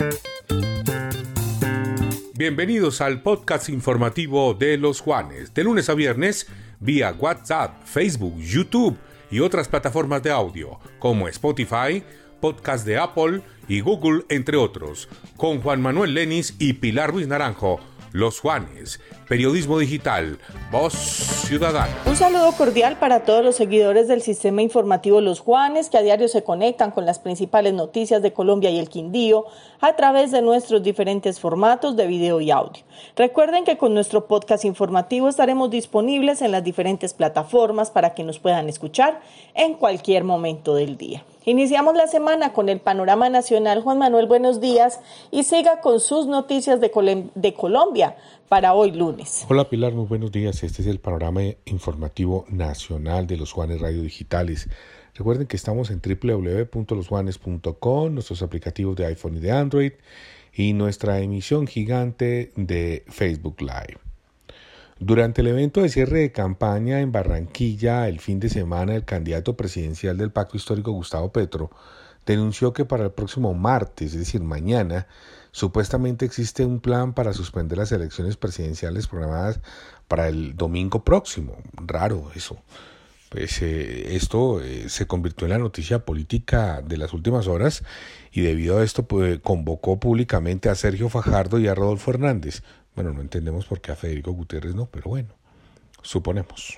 Bienvenidos al podcast informativo de Los Juanes, de lunes a viernes, vía WhatsApp, Facebook, YouTube y otras plataformas de audio, como Spotify, podcast de Apple y Google, entre otros, con Juan Manuel Lenis y Pilar Ruiz Naranjo. Los Juanes, periodismo digital, voz ciudadana. Un saludo cordial para todos los seguidores del sistema informativo Los Juanes, que a diario se conectan con las principales noticias de Colombia y el Quindío a través de nuestros diferentes formatos de video y audio. Recuerden que con nuestro podcast informativo estaremos disponibles en las diferentes plataformas para que nos puedan escuchar en cualquier momento del día. Iniciamos la semana con el panorama nacional. Juan Manuel, buenos días y siga con sus noticias de Colombia para hoy lunes. Hola Pilar, muy buenos días. Este es el panorama informativo nacional de Los Juanes Radio Digitales. Recuerden que estamos en www.losjuanes.com, nuestros aplicativos de iPhone y de Android y nuestra emisión gigante de Facebook Live. Durante el evento de cierre de campaña en Barranquilla el fin de semana, el candidato presidencial del Pacto Histórico, Gustavo Petro, denunció que para el próximo martes, es decir, mañana, supuestamente existe un plan para suspender las elecciones presidenciales programadas para el domingo próximo. Raro eso. Pues esto se convirtió en la noticia política de las últimas horas y debido a esto convocó públicamente a Sergio Fajardo y a Rodolfo Hernández. Bueno, no entendemos por qué a Federico Gutiérrez no, pero bueno, suponemos.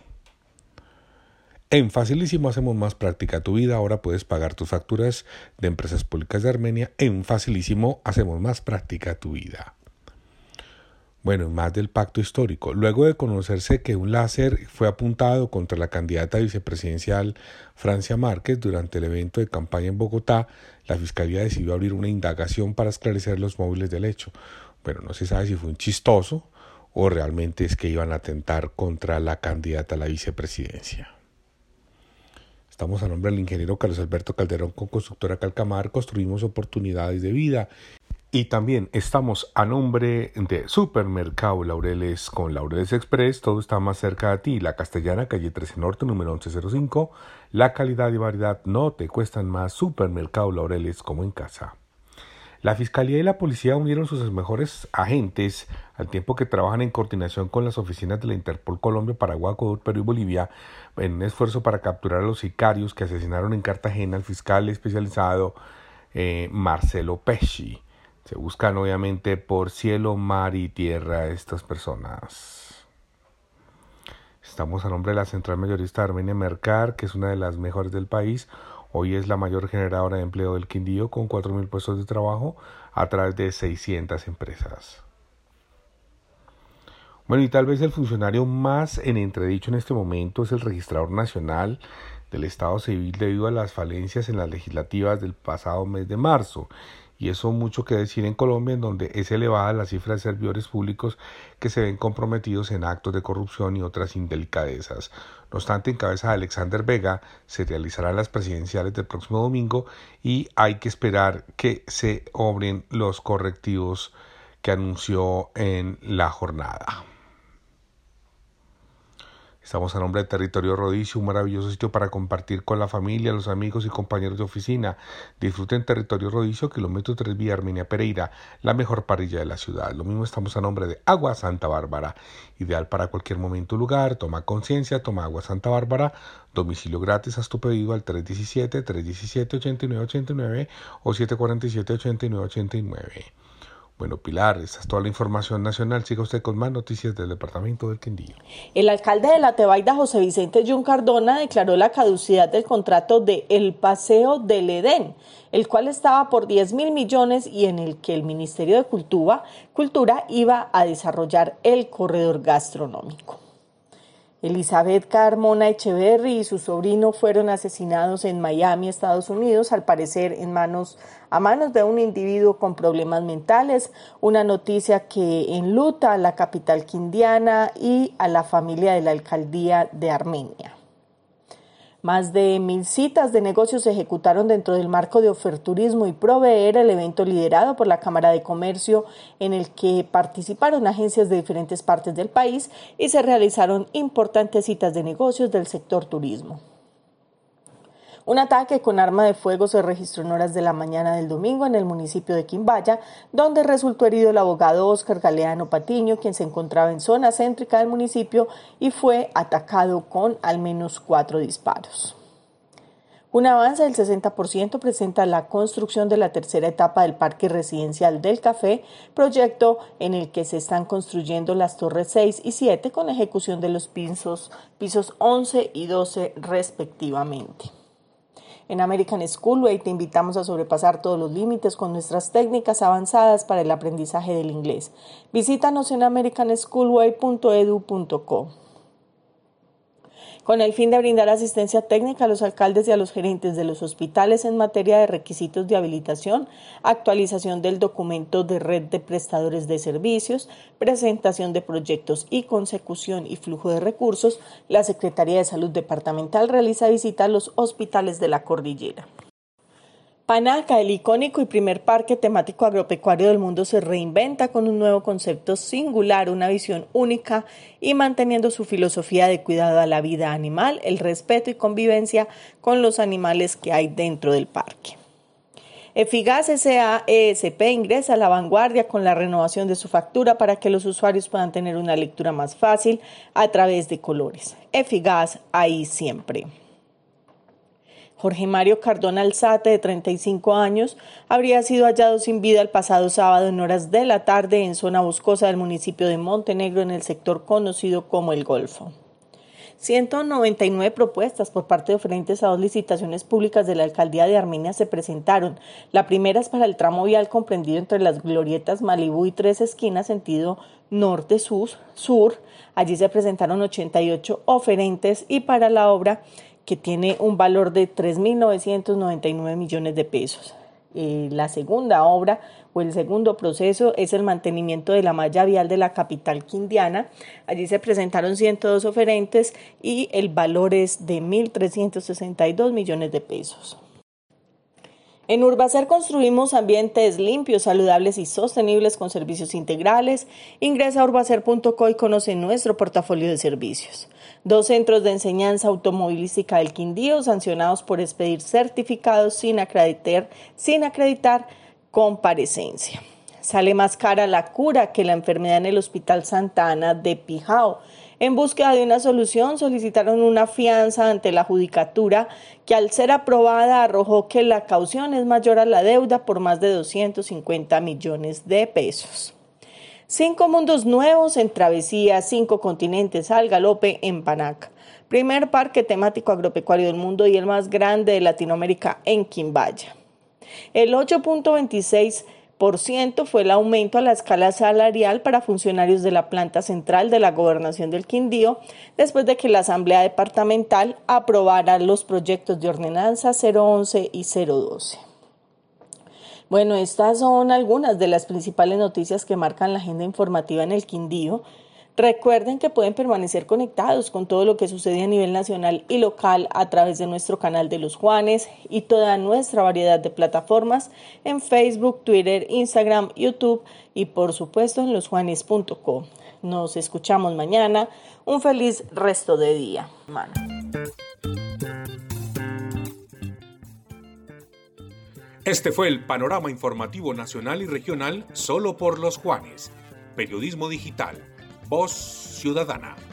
En Facilísimo hacemos más práctica tu vida. Ahora puedes pagar tus facturas de empresas públicas de Armenia. En Facilísimo hacemos más práctica tu vida. Bueno, más del pacto histórico. Luego de conocerse que un láser fue apuntado contra la candidata vicepresidencial Francia Márquez durante el evento de campaña en Bogotá, la Fiscalía decidió abrir una indagación para esclarecer los móviles del hecho. Bueno, no se sabe si fue un chistoso o realmente es que iban a atentar contra la candidata a la vicepresidencia. Estamos a nombre del ingeniero Carlos Alberto Calderón con Constructora Calcamar, construimos oportunidades de vida. Y también estamos a nombre de Supermercado Laureles con Laureles Express, todo está más cerca de ti. La Castellana, calle 13 Norte, número 1105. La calidad y variedad no te cuestan más. Supermercado Laureles como en casa. La Fiscalía y la Policía unieron sus mejores agentes al tiempo que trabajan en coordinación con las oficinas de la Interpol Colombia, Paraguay, Ecuador, Perú y Bolivia en un esfuerzo para capturar a los sicarios que asesinaron en Cartagena al fiscal especializado Marcelo Pesci. Se buscan obviamente por cielo, mar y tierra a estas personas. Estamos a nombre de la Central Mayorista de Armenia Mercar, que es una de las mejores del país. Hoy es la mayor generadora de empleo del Quindío con 4.000 puestos de trabajo a través de 600 empresas. Bueno, y tal vez el funcionario más en entredicho en este momento es el registrador nacional del Estado Civil debido a las falencias en las legislativas del pasado mes de marzo. Y eso mucho que decir en Colombia, en donde es elevada la cifra de servidores públicos que se ven comprometidos en actos de corrupción y otras indelicadezas. No obstante, en cabeza de Alexander Vega se realizarán las presidenciales del próximo domingo y hay que esperar que se obren los correctivos que anunció en la jornada. Estamos a nombre de Territorio Rodicio, un maravilloso sitio para compartir con la familia, los amigos y compañeros de oficina. Disfruten Territorio Rodicio, kilómetro 3 vía Armenia Pereira, la mejor parrilla de la ciudad. Lo mismo estamos a nombre de Agua Santa Bárbara, ideal para cualquier momento o lugar. Toma conciencia, toma Agua Santa Bárbara. Domicilio gratis, haz tu pedido al 317-317-8989 o 747-8989. Bueno, Pilar, esta es toda la información nacional. Siga usted con más noticias del departamento del Quindío. El alcalde de La Tebaida, José Vicente Jun Cardona, declaró la caducidad del contrato de El Paseo del Edén, el cual estaba por 10.000 millones y en el que el Ministerio de Cultura iba a desarrollar el corredor gastronómico. Elizabeth Carmona Echeverry y su sobrino fueron asesinados en Miami, Estados Unidos, al parecer a manos de un individuo con problemas mentales, una noticia que enluta a la capital quindiana y a la familia de la alcaldía de Armenia. Más de 1.000 citas de negocios se ejecutaron dentro del marco de Oferturismo y Proveer, el evento liderado por la Cámara de Comercio, en el que participaron agencias de diferentes partes del país y se realizaron importantes citas de negocios del sector turismo. Un ataque con arma de fuego se registró en horas de la mañana del domingo en el municipio de Quimbaya, donde resultó herido el abogado Óscar Galeano Patiño, quien se encontraba en zona céntrica del municipio y fue atacado con al menos 4 disparos. Un avance del 60% presenta la construcción de la tercera etapa del Parque Residencial del Café, proyecto en el que se están construyendo las torres 6 y 7 con ejecución de los pisos 11 y 12 respectivamente. En American Schoolway te invitamos a sobrepasar todos los límites con nuestras técnicas avanzadas para el aprendizaje del inglés. Visítanos en americanschoolway.edu.co. Con el fin de brindar asistencia técnica a los alcaldes y a los gerentes de los hospitales en materia de requisitos de habilitación, actualización del documento de red de prestadores de servicios, presentación de proyectos y consecución y flujo de recursos, la Secretaría de Salud Departamental realiza visita a los hospitales de la cordillera. Panaca, el icónico y primer parque temático agropecuario del mundo, se reinventa con un nuevo concepto singular, una visión única y manteniendo su filosofía de cuidado a la vida animal, el respeto y convivencia con los animales que hay dentro del parque. Efigas S.A.E.S.P. ingresa a la vanguardia con la renovación de su factura para que los usuarios puedan tener una lectura más fácil a través de colores. Efigas, ahí siempre. Jorge Mario Cardona Alzate, de 35 años, habría sido hallado sin vida el pasado sábado en horas de la tarde en zona boscosa del municipio de Montenegro, en el sector conocido como El Golfo. 199 propuestas por parte de oferentes a 2 licitaciones públicas de la Alcaldía de Armenia se presentaron. La primera es para el tramo vial comprendido entre las glorietas Malibú y Tres Esquinas, sentido norte-sur. Allí se presentaron 88 oferentes y para la obra que tiene un valor de 3.999 millones de pesos. La segunda obra o el segundo proceso es el mantenimiento de la malla vial de la capital quindiana. Allí se presentaron 102 oferentes y el valor es de 1.362 millones de pesos. En Urbacer construimos ambientes limpios, saludables y sostenibles con servicios integrales. Ingresa a urbacer.co y conoce nuestro portafolio de servicios. 2 centros de enseñanza automovilística del Quindío sancionados por expedir certificados sin acreditar comparecencia. Sale más cara la cura que la enfermedad en el Hospital Santa Ana de Pijao. En búsqueda de una solución, solicitaron una fianza ante la judicatura que, al ser aprobada, arrojó que la caución es mayor a la deuda por más de 250 millones de pesos. 5 mundos nuevos en travesía, 5 continentes al galope en Panaca. Primer parque temático agropecuario del mundo y el más grande de Latinoamérica en Quimbaya. El 8.26% fue el aumento a la escala salarial para funcionarios de la planta central de la Gobernación del Quindío, después de que la Asamblea Departamental aprobara los proyectos de ordenanza 011 y 012. Bueno, estas son algunas de las principales noticias que marcan la agenda informativa en el Quindío. Recuerden que pueden permanecer conectados con todo lo que sucede a nivel nacional y local a través de nuestro canal de Los Juanes y toda nuestra variedad de plataformas en Facebook, Twitter, Instagram, YouTube y por supuesto en losjuanes.co. Nos escuchamos mañana. Un feliz resto de día. Este fue el panorama informativo nacional y regional solo por Los Juanes. Periodismo digital. Voz Ciudadana.